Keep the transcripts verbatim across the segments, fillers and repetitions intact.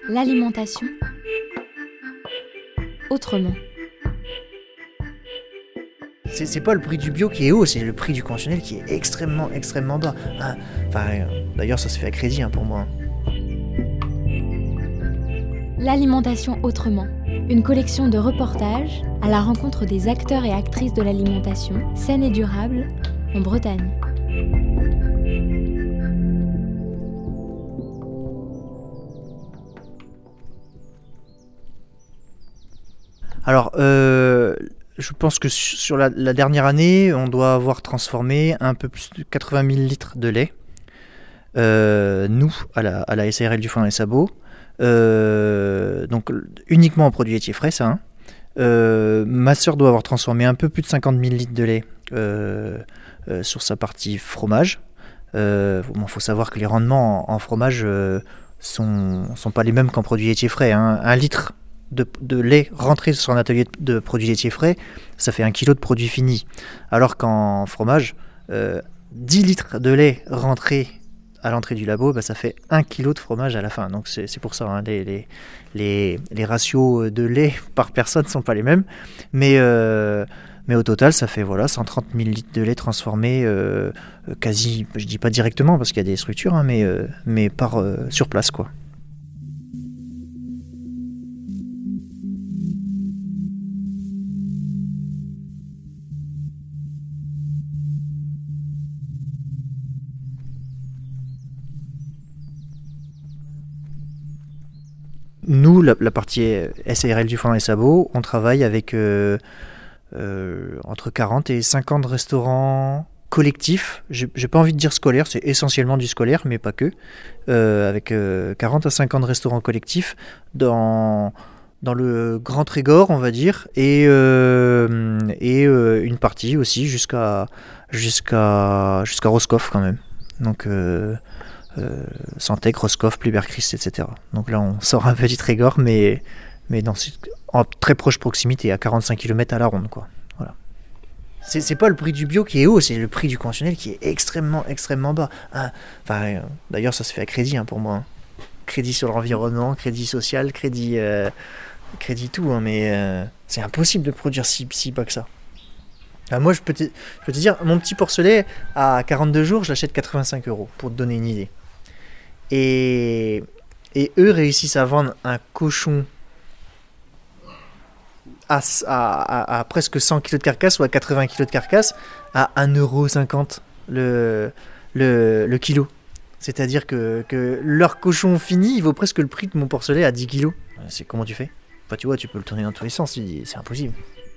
L'alimentation autrement. C'est, c'est pas le prix du bio qui est haut, c'est le prix du conventionnel qui est extrêmement, extrêmement bas. Hein, enfin, euh, d'ailleurs, ça se fait à crédit hein, pour moi. L'alimentation autrement. Une collection de reportages à la rencontre des acteurs et actrices de l'alimentation saine et durable en Bretagne. Alors, euh, je pense que sur la, la dernière année, on doit avoir transformé un peu plus de quatre-vingt mille litres de lait. Euh, nous, à la, à la S A R L du Foin et Sabots, euh, donc uniquement en produits laitiers frais, ça. Hein. Euh, ma sœur doit avoir transformé un peu plus de cinquante mille litres de lait euh, euh, sur sa partie fromage. Euh, bon, faut savoir que les rendements en, en fromage euh, sont, sont pas les mêmes qu'en produits laitiers frais. Hein. Un litre De, de lait rentré sur un atelier de, de produits laitiers frais, ça fait un kilo de produit fini. Alors qu'en fromage, euh, dix litres de lait rentré à l'entrée du labo, bah, ça fait un kilo de fromage à la fin. Donc c'est, c'est pour ça, hein, les, les, les, les ratios de lait par personne ne sont pas les mêmes. Mais, euh, mais au total, ça fait voilà, cent trente mille litres de lait transformés euh, quasi, je dis pas directement parce qu'il y a des structures, hein, mais, euh, mais par, euh, sur place, quoi. Nous, la, la partie S A R L du Foin et Sabots, on travaille avec euh, euh, entre quarante et cinquante restaurants collectifs. J'ai, j'ai pas envie de dire scolaires, c'est essentiellement du scolaire, mais pas que. Euh, avec euh, quarante à cinquante restaurants collectifs dans, dans le Grand Trégor, on va dire, et, euh, et euh, une partie aussi jusqu'à, jusqu'à, jusqu'à Roscoff quand même. Donc... Euh, Euh, Santec, Roscoff, Plüberchrist, et cetera. Donc là, on sort un peu du Trégor, mais, mais dans, en très proche proximité, à quarante-cinq kilomètres à la ronde, quoi. Voilà. C'est, c'est pas le prix du bio qui est haut, c'est le prix du conventionnel qui est extrêmement, extrêmement bas. Hein. Enfin, euh, d'ailleurs, ça se fait à crédit hein, pour moi. Hein. Crédit sur l'environnement, crédit social, crédit, euh, crédit tout, hein, mais euh, c'est impossible de produire si, si bas que ça. Alors moi, je peux, te, je peux te dire, mon petit porcelet, à quarante-deux jours, je l'achète quatre-vingt-cinq euros, pour te donner une idée. Et, et eux réussissent à vendre un cochon à, à, à, à presque cent kilos de carcasse ou à quatre-vingts kilos de carcasse à un euro cinquante le, le, le kilo. C'est-à-dire que, que leur cochon fini, il vaut presque le prix de mon porcelet à dix kilos. C'est, comment tu fais ? Enfin, tu vois, tu peux le tourner dans tous les sens, c'est impossible.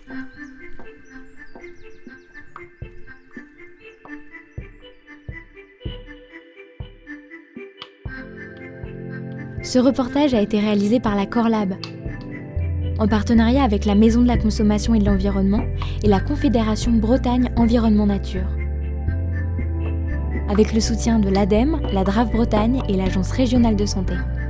Ce reportage a été réalisé par la Corlab, en partenariat avec la Maison de la Consommation et de l'Environnement et la Confédération Bretagne Environnement Nature, avec le soutien de l'A D E M, la D R A F Bretagne et l'Agence régionale de santé.